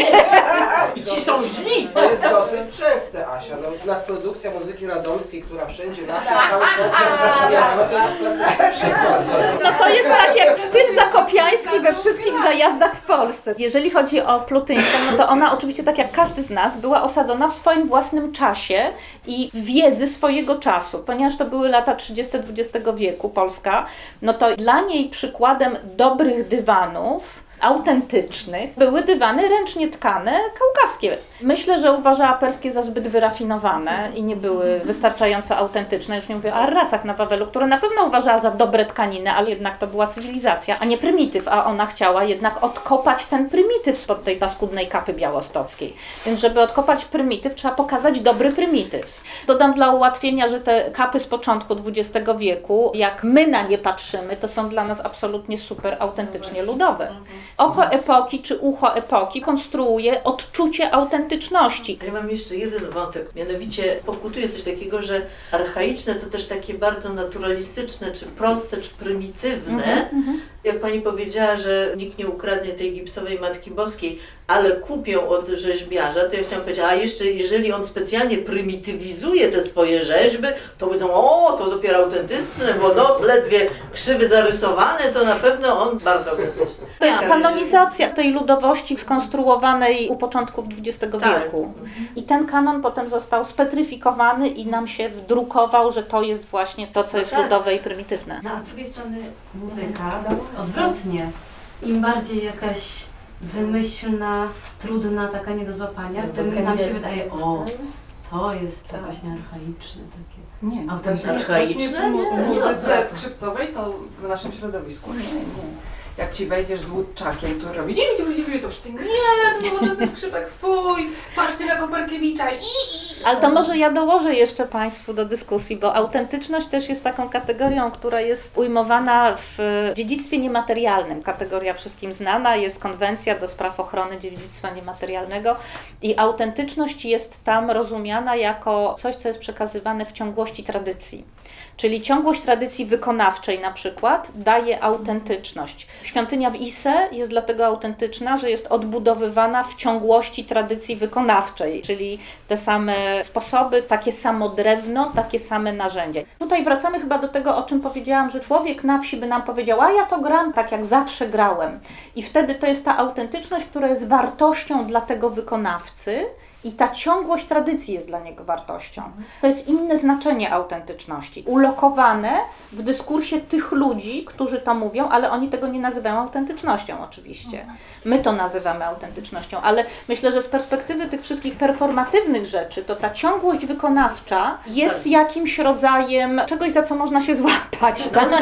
I ci są źli! To jest dosyć częste, Asia. No, nadprodukcja muzyki radomskiej, która wszędzie nasza, cały Polskę, no to jest klasyczny przykład. No to jest tak jak styl zakopiański we wszystkich zajazdach w Polsce. Jeżeli chodzi o Plutyńską, no to ona oczywiście tak jak każdy z nas była osadzona w swoim własnym czasie i wiedzy swojego czasu. Ponieważ to były lata 30. XX wieku, Polska, no to dla niej przykładem dobrych dywanów autentycznych były dywany ręcznie tkane, kaukaskie. Myślę, że uważała perskie za zbyt wyrafinowane i nie były wystarczająco autentyczne. Już nie mówię o arrasach na Wawelu, które na pewno uważała za dobre tkaniny, ale jednak to była cywilizacja, a nie prymityw, a ona chciała jednak odkopać ten prymityw spod tej paskudnej kapy białostockiej. Więc żeby odkopać prymityw, trzeba pokazać dobry prymityw. Dodam dla ułatwienia, że te kapy z początku XX wieku, jak my na nie patrzymy, to są dla nas absolutnie super autentycznie ludowe. Oko epoki czy ucho epoki konstruuje odczucie autentyczności. Ja mam jeszcze jeden wątek, mianowicie pokutuje coś takiego, że archaiczne to też takie bardzo naturalistyczne, czy proste, czy prymitywne. Jak pani powiedziała, że nikt nie ukradnie tej gipsowej Matki Boskiej, ale kupią od rzeźbiarza, to ja chciałam powiedzieć, a jeszcze jeżeli on specjalnie prymitywizuje te swoje rzeźby, to powiedzą, o, to dopiero autentyczne, bo nos ledwie krzywy zarysowany, to na pewno on bardzo autentyczny. To jest kanonizacja tej ludowości skonstruowanej u początków XX wieku. I ten kanon potem został spetryfikowany i nam się wdrukował, że to jest właśnie to, co jest ludowe i prymitywne. No a z drugiej strony muzyka odwrotnie. Im bardziej jakaś wymyślna, trudna, taka nie do złapania, tym nam się wydaje, o, to jest to właśnie archaiczne takie. Nie, archaiczne? W muzyce skrzypcowej to w naszym środowisku nie. Jak ci wejdziesz z łódczakiem, który robi to wszyscy nie, to nowoczesny skrzypek, fuj, patrzcie na Koperkiewicza Ale to może ja dołożę jeszcze Państwu do dyskusji, bo autentyczność też jest taką kategorią, która jest ujmowana w dziedzictwie niematerialnym. Kategoria wszystkim znana, jest konwencja do spraw ochrony dziedzictwa niematerialnego i autentyczność jest tam rozumiana jako coś, co jest przekazywane w ciągłości tradycji. Czyli ciągłość tradycji wykonawczej na przykład daje autentyczność. Świątynia w Ise jest dlatego autentyczna, że jest odbudowywana w ciągłości tradycji wykonawczej, czyli te same sposoby, takie samo drewno, takie same narzędzia. Tutaj wracamy chyba do tego, o czym powiedziałam, że człowiek na wsi by nam powiedział, a ja to gram tak jak zawsze grałem. I wtedy to jest ta autentyczność, która jest wartością dla tego wykonawcy, i ta ciągłość tradycji jest dla niego wartością. To jest inne znaczenie autentyczności. Ulokowane w dyskursie tych ludzi, którzy to mówią, ale oni tego nie nazywają autentycznością oczywiście. My to nazywamy autentycznością, ale myślę, że z perspektywy tych wszystkich performatywnych rzeczy, to ta ciągłość wykonawcza jest jakimś rodzajem czegoś, za co można się złapać.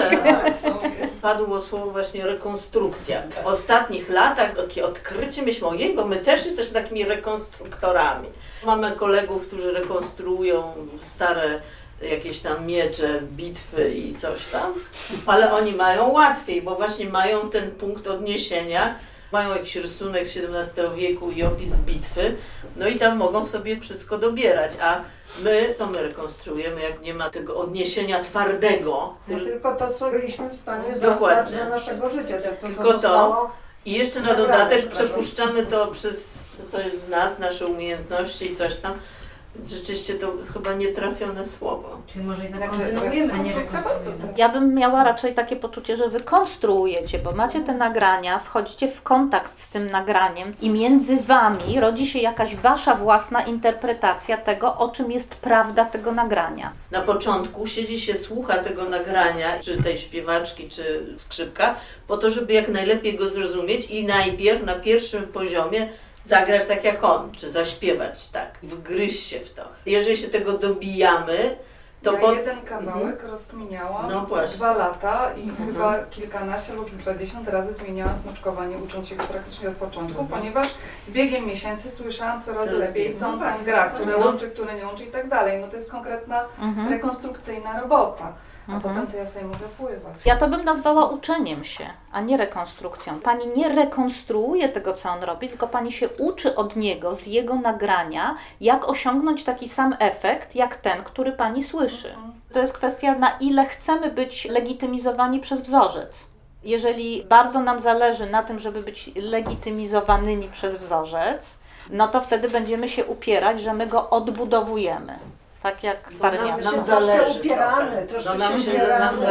Padło słowo właśnie rekonstrukcja. W ostatnich latach takie odkrycie, myślę, ojej, bo my też jesteśmy takimi rekonstruktorami. Mamy kolegów, którzy rekonstruują stare jakieś tam miecze, bitwy i coś tam, ale oni mają łatwiej, bo właśnie mają ten punkt odniesienia, mają jakiś rysunek XVII wieku i opis bitwy, no i tam mogą sobie wszystko dobierać, a my, co my rekonstruujemy, jak nie ma tego odniesienia twardego? No tylko to, co byliśmy w stanie Dokładnie. zastać za naszego życia. Tylko to i jeszcze na dodatek przepuszczamy to przez to, co jest w nas, nasze umiejętności i coś tam. Rzeczywiście to chyba nietrafione słowo. Czyli może jednak kontynuujemy, a nie rekonstruujemy. Ja bym miała raczej takie poczucie, że wy konstruujecie, bo macie te nagrania, wchodzicie w kontakt z tym nagraniem i między wami rodzi się jakaś wasza własna interpretacja tego, o czym jest prawda tego nagrania. Na początku siedzi się, słucha tego nagrania, czy tej śpiewaczki, czy skrzypka, po to, żeby jak najlepiej go zrozumieć i najpierw na pierwszym poziomie zagrać tak jak on, czy zaśpiewać tak, wgryźć się w to. Jeżeli się tego dobijamy, to jeden kawałek rozkminiałam 2 lata i chyba kilkanaście albo kilkadziesiąt razy zmieniałam smaczkowanie, ucząc się go praktycznie od początku, ponieważ z biegiem miesięcy słyszałam coraz lepiej, co on tam gra, które łączy, które nie łączy i tak dalej. No to jest konkretna rekonstrukcyjna robota. a potem to ja sobie mogę pływać. Ja to bym nazwała uczeniem się, a nie rekonstrukcją. Pani nie rekonstruuje tego, co on robi, tylko pani się uczy od niego, z jego nagrania, jak osiągnąć taki sam efekt, jak ten, który pani słyszy. To jest kwestia, na ile chcemy być legitymizowani przez wzorzec. Jeżeli bardzo nam zależy na tym, żeby być legitymizowanymi przez wzorzec, no to wtedy będziemy się upierać, że my go odbudowujemy. Tak jak Stare Miasto. Nam zależy. Troszkę się upieramy.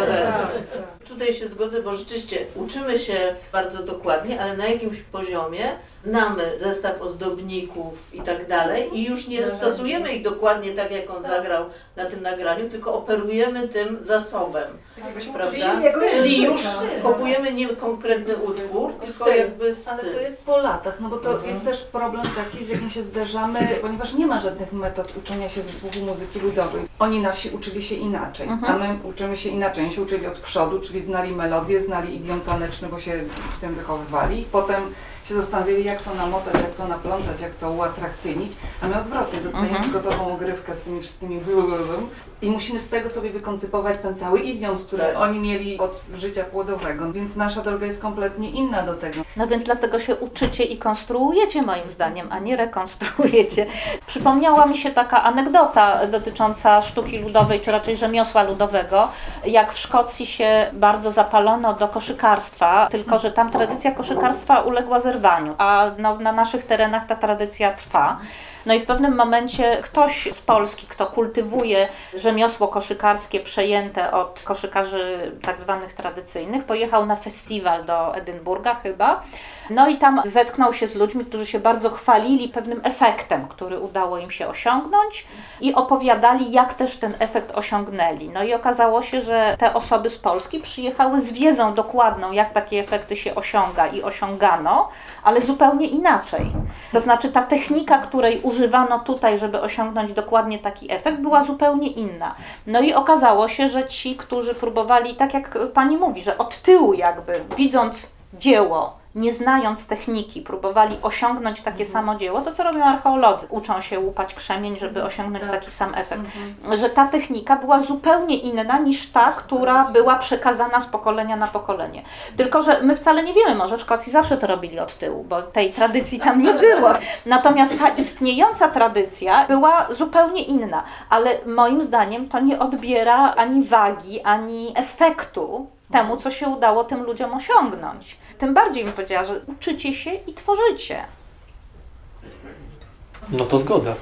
Tutaj się zgodzę, bo rzeczywiście uczymy się bardzo dokładnie, ale na jakimś poziomie znamy zestaw ozdobników i tak dalej i już nie stosujemy ich dokładnie tak, jak on zagrał na tym nagraniu, tylko operujemy tym zasobem, prawda? Czyli już kopujemy nie konkretny utwór, tylko jakby styl. Ale to jest po latach, no bo to jest też problem taki, z jakim się zderzamy, ponieważ nie ma żadnych metod uczenia się ze słuchu muzyki ludowej. Oni na wsi uczyli się inaczej, a my uczymy się inaczej. Oni się uczyli od przodu, czyli znali melodię, znali idiom taneczny, bo się w tym wychowywali. Potem się zastanawiali, jak to namotać, jak to naplątać, jak to uatrakcyjnić, a my odwrotnie, dostajemy gotową ogrywkę z tymi wszystkimi i musimy z tego sobie wykoncypować ten cały idiom, który oni mieli od życia płodowego, więc nasza droga jest kompletnie inna do tego. No więc dlatego się uczycie i konstruujecie moim zdaniem, a nie rekonstruujecie. Przypomniała mi się taka anegdota dotycząca sztuki ludowej, czy raczej rzemiosła ludowego, jak w Szkocji się bardzo zapalono do koszykarstwa, tylko że tam tradycja koszykarstwa uległa zerwaniu, a no, na naszych terenach ta tradycja trwa. No i w pewnym momencie ktoś z Polski, kto kultywuje rzemiosło koszykarskie przejęte od koszykarzy tak zwanych tradycyjnych, pojechał na festiwal do Edynburga chyba. No i tam zetknął się z ludźmi, którzy się bardzo chwalili pewnym efektem, który udało im się osiągnąć i opowiadali, jak też ten efekt osiągnęli. No i okazało się, że te osoby z Polski przyjechały z wiedzą dokładną, jak takie efekty się osiąga i osiągano, ale zupełnie inaczej. To znaczy ta technika, której używano tutaj, żeby osiągnąć dokładnie taki efekt, była zupełnie inna. No i okazało się, że ci, którzy próbowali, tak jak pani mówi, że od tyłu jakby, widząc dzieło, nie znając techniki, próbowali osiągnąć takie samo dzieło, to co robią archeolodzy? Uczą się łupać krzemień, żeby osiągnąć taki sam efekt. Że ta technika była zupełnie inna niż ta, która była przekazana z pokolenia na pokolenie. Tylko że my wcale nie wiemy, może w Szkocji zawsze to robili od tyłu, bo tej tradycji tam nie było. Natomiast ta istniejąca tradycja była zupełnie inna. Ale moim zdaniem to nie odbiera ani wagi, ani efektu temu, co się udało tym ludziom osiągnąć. Tym bardziej bym powiedziała, że uczycie się i tworzycie. No to zgoda.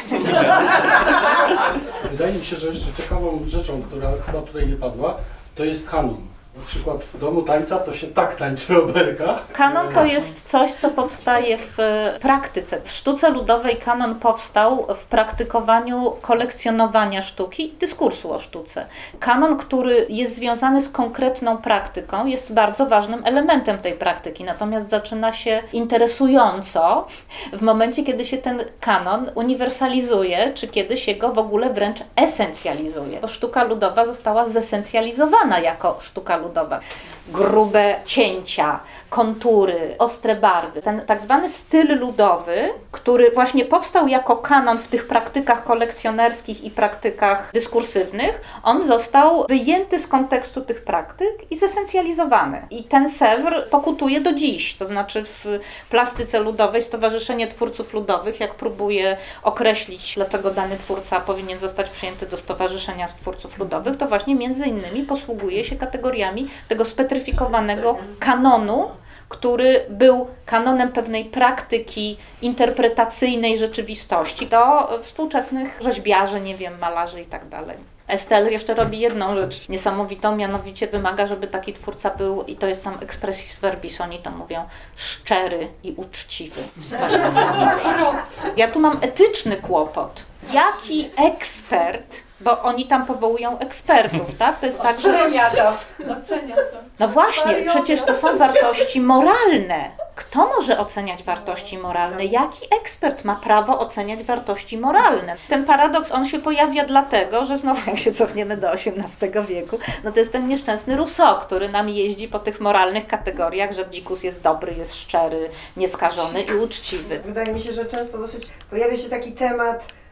Wydaje mi się, że jeszcze ciekawą rzeczą, która chyba tutaj nie padła, to jest kanon. Na przykład w domu tańca to się tak tańczy oberka. Kanon to jest coś, co powstaje w praktyce. W sztuce ludowej kanon powstał w praktykowaniu kolekcjonowania sztuki i dyskursu o sztuce. Kanon, który jest związany z konkretną praktyką, jest bardzo ważnym elementem tej praktyki. Natomiast zaczyna się interesująco w momencie, kiedy się ten kanon uniwersalizuje, czy kiedy się go w ogóle wręcz esencjalizuje. Bo sztuka ludowa została zesencjalizowana jako sztuka ludowa. Grube cięcia, kontury, ostre barwy. Ten tak zwany styl ludowy, który właśnie powstał jako kanon w tych praktykach kolekcjonerskich i praktykach dyskursywnych, on został wyjęty z kontekstu tych praktyk i zesencjalizowany. I ten Sèvres pokutuje do dziś. To znaczy w plastyce ludowej Stowarzyszenie Twórców Ludowych, jak próbuje określić, dlaczego dany twórca powinien zostać przyjęty do Stowarzyszenia Twórców Ludowych, to właśnie między innymi posługuje się kategoriami tego specyfikowanego kanonu, który był kanonem pewnej praktyki interpretacyjnej rzeczywistości do współczesnych rzeźbiarzy, nie wiem, malarzy i tak dalej. Estelle jeszcze robi jedną rzecz niesamowitą, mianowicie wymaga, żeby taki twórca był, i to jest tam expressis verbis, oni to mówią, szczery i uczciwy. Ja tu mam etyczny kłopot. Jaki ekspert, bo oni tam powołują ekspertów, tak? To jest tak, że... Ocenia to. No właśnie, przecież to są wartości moralne. Kto może oceniać wartości moralne? Jaki ekspert ma prawo oceniać wartości moralne? Ten paradoks, on się pojawia dlatego, że znowu jak się cofniemy do XVIII wieku, no to jest ten nieszczęsny Rousseau, który nam jeździ po tych moralnych kategoriach, że dzikus jest dobry, jest szczery, nieskażony i uczciwy. Wydaje mi się, że często dosyć pojawia się taki temat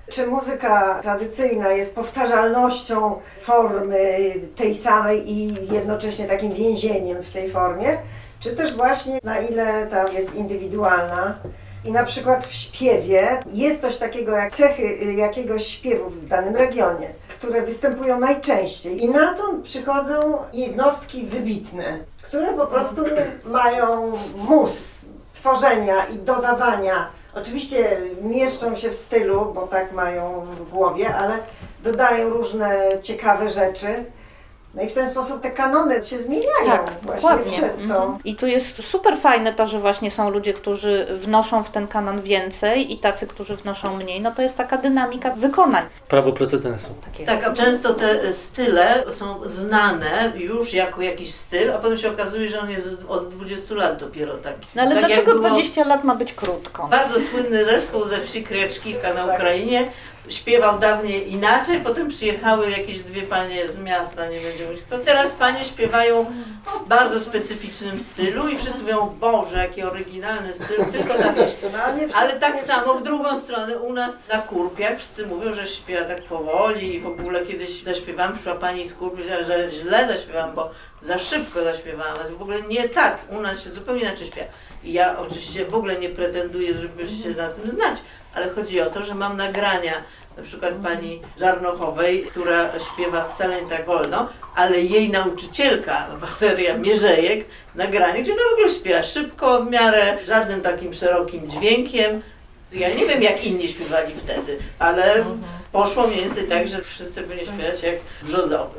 Czy muzyka tradycyjna jest powtarzalnością formy tej samej i jednocześnie takim więzieniem w tej formie, czy też właśnie na ile ta jest indywidualna. I na przykład w śpiewie jest coś takiego jak cechy jakiegoś śpiewu w danym regionie, które występują najczęściej. I na to przychodzą jednostki wybitne, które po prostu mają mus tworzenia i dodawania. Oczywiście mieszczą się w stylu, bo tak mają w głowie, ale dodają różne ciekawe rzeczy. No i w ten sposób te kanony się zmieniają właśnie przez to. I tu jest super fajne to, że właśnie są ludzie, którzy wnoszą w ten kanon więcej i tacy, którzy wnoszą mniej. No to jest taka dynamika wykonań. Prawo precedensu. Tak, a często te style są znane już jako jakiś styl, a potem się okazuje, że on jest od 20 lat dopiero taki. No ale tak dlaczego 20 lat ma być krótko? Bardzo słynny zespół ze wsi Kreczkivka na Ukrainie śpiewał dawniej inaczej, potem przyjechały jakieś dwie panie z miasta, nie będzie mówić kto. Teraz panie śpiewają w bardzo specyficznym stylu i wszyscy mówią, Boże, jaki oryginalny styl, tylko ta wieś. Ale tak samo w drugą stronę u nas na Kurpiach wszyscy mówią, że śpiewa tak powoli i w ogóle kiedyś zaśpiewałam, przyszła pani z Kurpi, że źle zaśpiewałam, bo za szybko zaśpiewałam, w ogóle nie tak, u nas się zupełnie inaczej śpiewa. I ja oczywiście w ogóle nie pretenduję, żeby się na tym znać, ale chodzi o to, że mam nagrania na przykład pani Żarnochowej, która śpiewa wcale nie tak wolno, ale jej nauczycielka Waleria Mierzejek nagranie, gdzie ona w ogóle śpiewa szybko, w miarę żadnym takim szerokim dźwiękiem. Ja nie wiem jak inni śpiewali wtedy, ale poszło mniej więcej tak, że wszyscy byli śpiewać jak Brzozowy.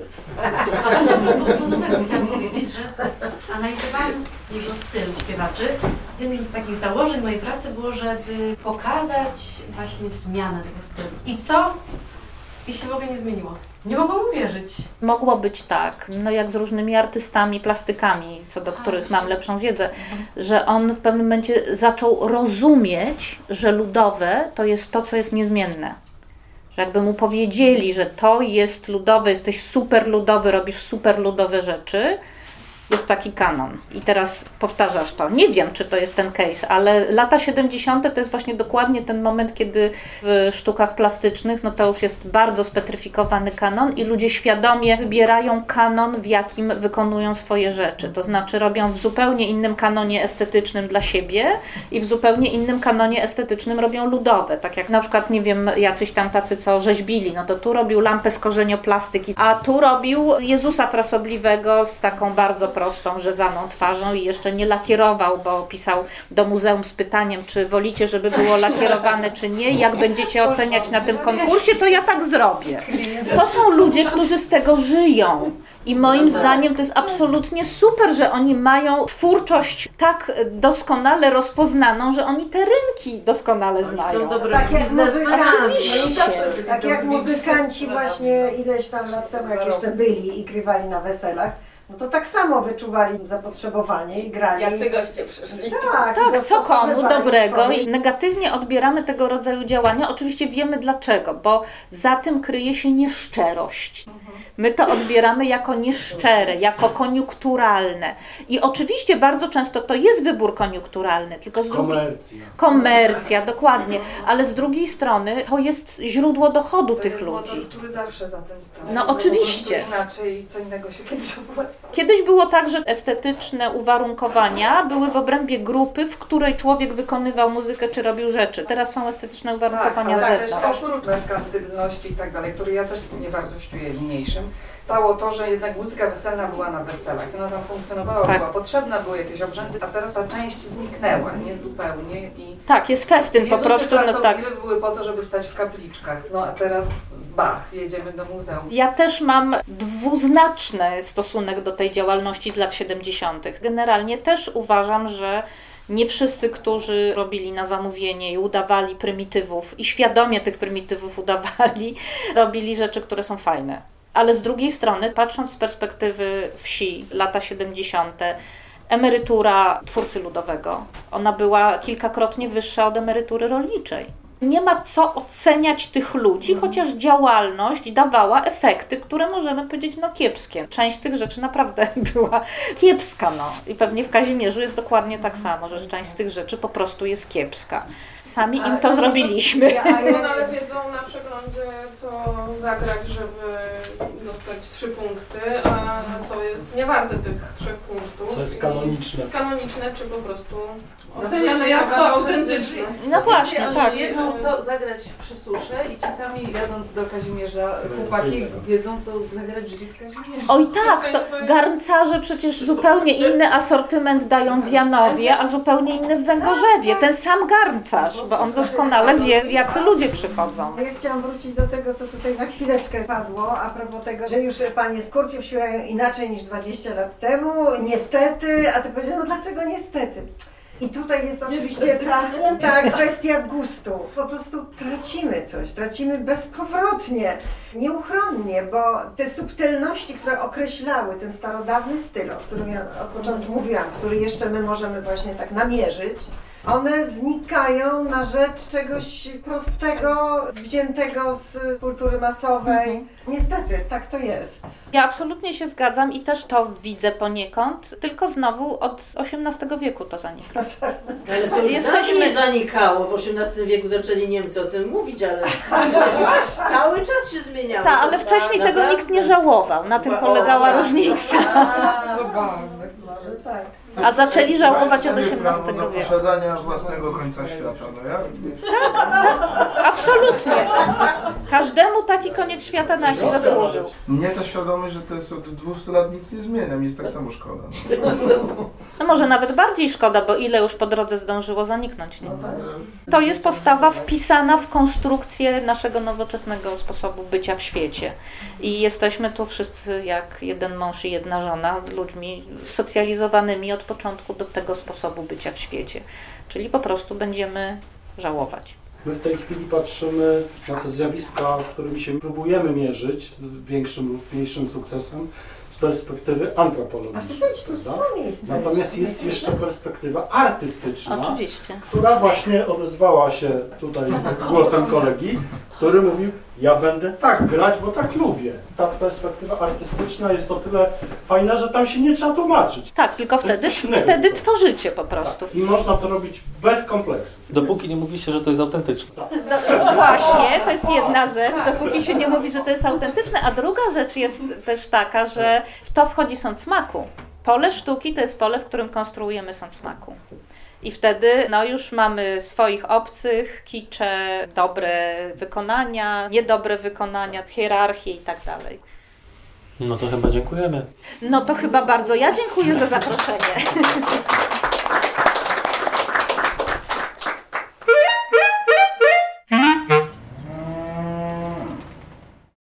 A właśnie a propos Brzozowego chciałam powiedzieć, że analizowałam jego styl śpiewaczy. Jednym z takich założeń mojej pracy było, żeby pokazać właśnie zmianę tego stylu. I co? I się w ogóle nie zmieniło. Nie mogłam uwierzyć. Mogło być tak, no jak z różnymi artystami, plastykami, co do których mam lepszą wiedzę, że on w pewnym momencie zaczął rozumieć, że ludowe to jest to, co jest niezmienne. Że jakby mu powiedzieli, że to jest ludowe, jesteś super ludowy, robisz super ludowe rzeczy, jest taki kanon. I teraz powtarzasz to. Nie wiem, czy to jest ten case, ale lata 70. to jest właśnie dokładnie ten moment, kiedy w sztukach plastycznych, no to już jest bardzo spetryfikowany kanon i ludzie świadomie wybierają kanon, w jakim wykonują swoje rzeczy. To znaczy robią w zupełnie innym kanonie estetycznym dla siebie i w zupełnie innym kanonie estetycznym robią ludowe. Tak jak na przykład, nie wiem, jacyś tam tacy, co rzeźbili, no to tu robił lampę z korzenioplastyki, a tu robił Jezusa frasobliwego z taką bardzo prostą, rzezaną twarzą i jeszcze nie lakierował, bo pisał do muzeum z pytaniem, czy wolicie, żeby było lakierowane, czy nie. Jak będziecie oceniać na tym konkursie, to ja tak zrobię. To są ludzie, którzy z tego żyją. I moim zdaniem to jest absolutnie super, że oni mają twórczość tak doskonale rozpoznaną, że oni te rynki doskonale znają. Tak jak muzykanci. Tak jak muzykanci właśnie ileś tam lat temu, jak jeszcze byli i grywali na weselach, no to tak samo wyczuwali zapotrzebowanie i grali. Jacy goście przyszli. Tak, co komu dobrego i negatywnie odbieramy tego rodzaju działania. Oczywiście wiemy dlaczego, bo za tym kryje się nieszczerość. My to odbieramy jako nieszczere, jako koniunkturalne. I oczywiście bardzo często to jest wybór koniunkturalny, tylko z drugiej... Komercja, dokładnie. Ale z drugiej strony to jest źródło dochodu to tych jest ludzi. Motor, który zawsze za tym stał. No oczywiście. Inaczej co innego się kiedyś opłacało. Kiedyś było tak, że estetyczne uwarunkowania były w obrębie grupy, w której człowiek wykonywał muzykę czy robił rzeczy. Teraz są estetyczne uwarunkowania tak, zewnątrz. też oprócz merkantylności i tak dalej, który ja też nie wartościuję niniejszym, stało to, że jednak muzyka weselna była na weselach. Ona tam funkcjonowała, była potrzebna, były jakieś obrzędy, a teraz ta część zniknęła, nie zupełnie. I tak, jest festyn po prostu. No tak. Były po to, żeby stać w kapliczkach, no a teraz bach, jedziemy do muzeum. Ja też mam dwuznaczny stosunek do tej działalności z lat 70. Generalnie też uważam, że nie wszyscy, którzy robili na zamówienie i udawali prymitywów i świadomie tych prymitywów udawali, robili rzeczy, które są fajne. Ale z drugiej strony, patrząc z perspektywy wsi, lata 70., emerytura twórcy ludowego, ona była kilkakrotnie wyższa od emerytury rolniczej. Nie ma co oceniać tych ludzi, chociaż działalność dawała efekty, które możemy powiedzieć, no kiepskie. Część z tych rzeczy naprawdę była kiepska, no. I pewnie w Kazimierzu jest dokładnie tak samo, że część z tych rzeczy po prostu jest kiepska. Sami im to zrobiliśmy. Ale wiedzą na przeglądzie, co zagrać, żeby dostać 3 punkty, a co jest niewarte tych 3 punktów. Co jest kanoniczne. Kanoniczne, czy po prostu oceniane jako autentyczne. No właśnie, tak. Oni wiedzą, co zagrać przy suszy i czasami jadąc do Kazimierza, chłopaki wiedzą, co zagrać żyli w Kazimierzu. Oj tak, to garncarze przecież zupełnie inny asortyment dają w Janowie, a zupełnie inny w Węgorzewie. Ten sam garncarz, bo on doskonale wie, jacy ludzie przychodzą. Ja chciałam wrócić do tego, co tutaj na chwileczkę padło, a propos tego, że już panie Skorpiew śpiewają inaczej niż 20 lat temu, niestety, a ty powiedział, no dlaczego niestety? I tutaj jest oczywiście ta kwestia gustu. Po prostu tracimy bezpowrotnie, nieuchronnie, bo te subtelności, które określały ten starodawny styl, o którym ja od początku mówiłam, który jeszcze my możemy właśnie tak namierzyć, one znikają na rzecz czegoś prostego, wziętego z kultury masowej. Niestety, tak to jest. Ja absolutnie się zgadzam i też to widzę poniekąd, tylko znowu od XVIII wieku to zanika. Ale to już dawniej zanikało. W XVIII wieku zaczęli Niemcy o tym mówić, ale cały czas się zmieniało. Tak, ale wcześniej tego nikt nie żałował. Na tym polegała różnica. Może tak. A zaczęli żałować od XVIII wieku. Posiadania własnego końca świata, no ja? Tak, absolutnie. Każdemu taki koniec świata na jaki zasłużył. Mnie ta świadomość, że to jest od 200 lat nic nie zmienia, mi jest tak samo szkoda. No może nawet bardziej szkoda, bo ile już po drodze zdążyło zaniknąć, nie? To jest postawa wpisana w konstrukcję naszego nowoczesnego sposobu bycia w świecie. I jesteśmy tu wszyscy jak jeden mąż i jedna żona, ludźmi socjalizowanymi od początku do tego sposobu bycia w świecie. Czyli po prostu będziemy żałować. My w tej chwili patrzymy na te zjawiska, z którymi się próbujemy mierzyć z większym lub mniejszym sukcesem z perspektywy antropologicznej. Natomiast jest jeszcze perspektywa artystyczna, oczywiście, która właśnie odezwała się tutaj głosem kolegi, który mówił, ja będę tak grać, bo tak lubię. Ta perspektywa artystyczna jest o tyle fajna, że tam się nie trzeba tłumaczyć. Tak, tylko wtedy tworzycie po prostu. Tak. I można to robić bez kompleksów. Dopóki nie mówicie, że to jest autentyczne. No, właśnie, to jest jedna rzecz, dopóki się nie mówi, że to jest autentyczne, a druga rzecz jest też taka, że w to wchodzi sąd smaku. Pole sztuki to jest pole, w którym konstruujemy sąd smaku. I wtedy już mamy swoich obcych, kicze, dobre wykonania, niedobre wykonania, hierarchię i tak dalej. No to chyba dziękujemy. No to chyba bardzo ja dziękuję za zaproszenie.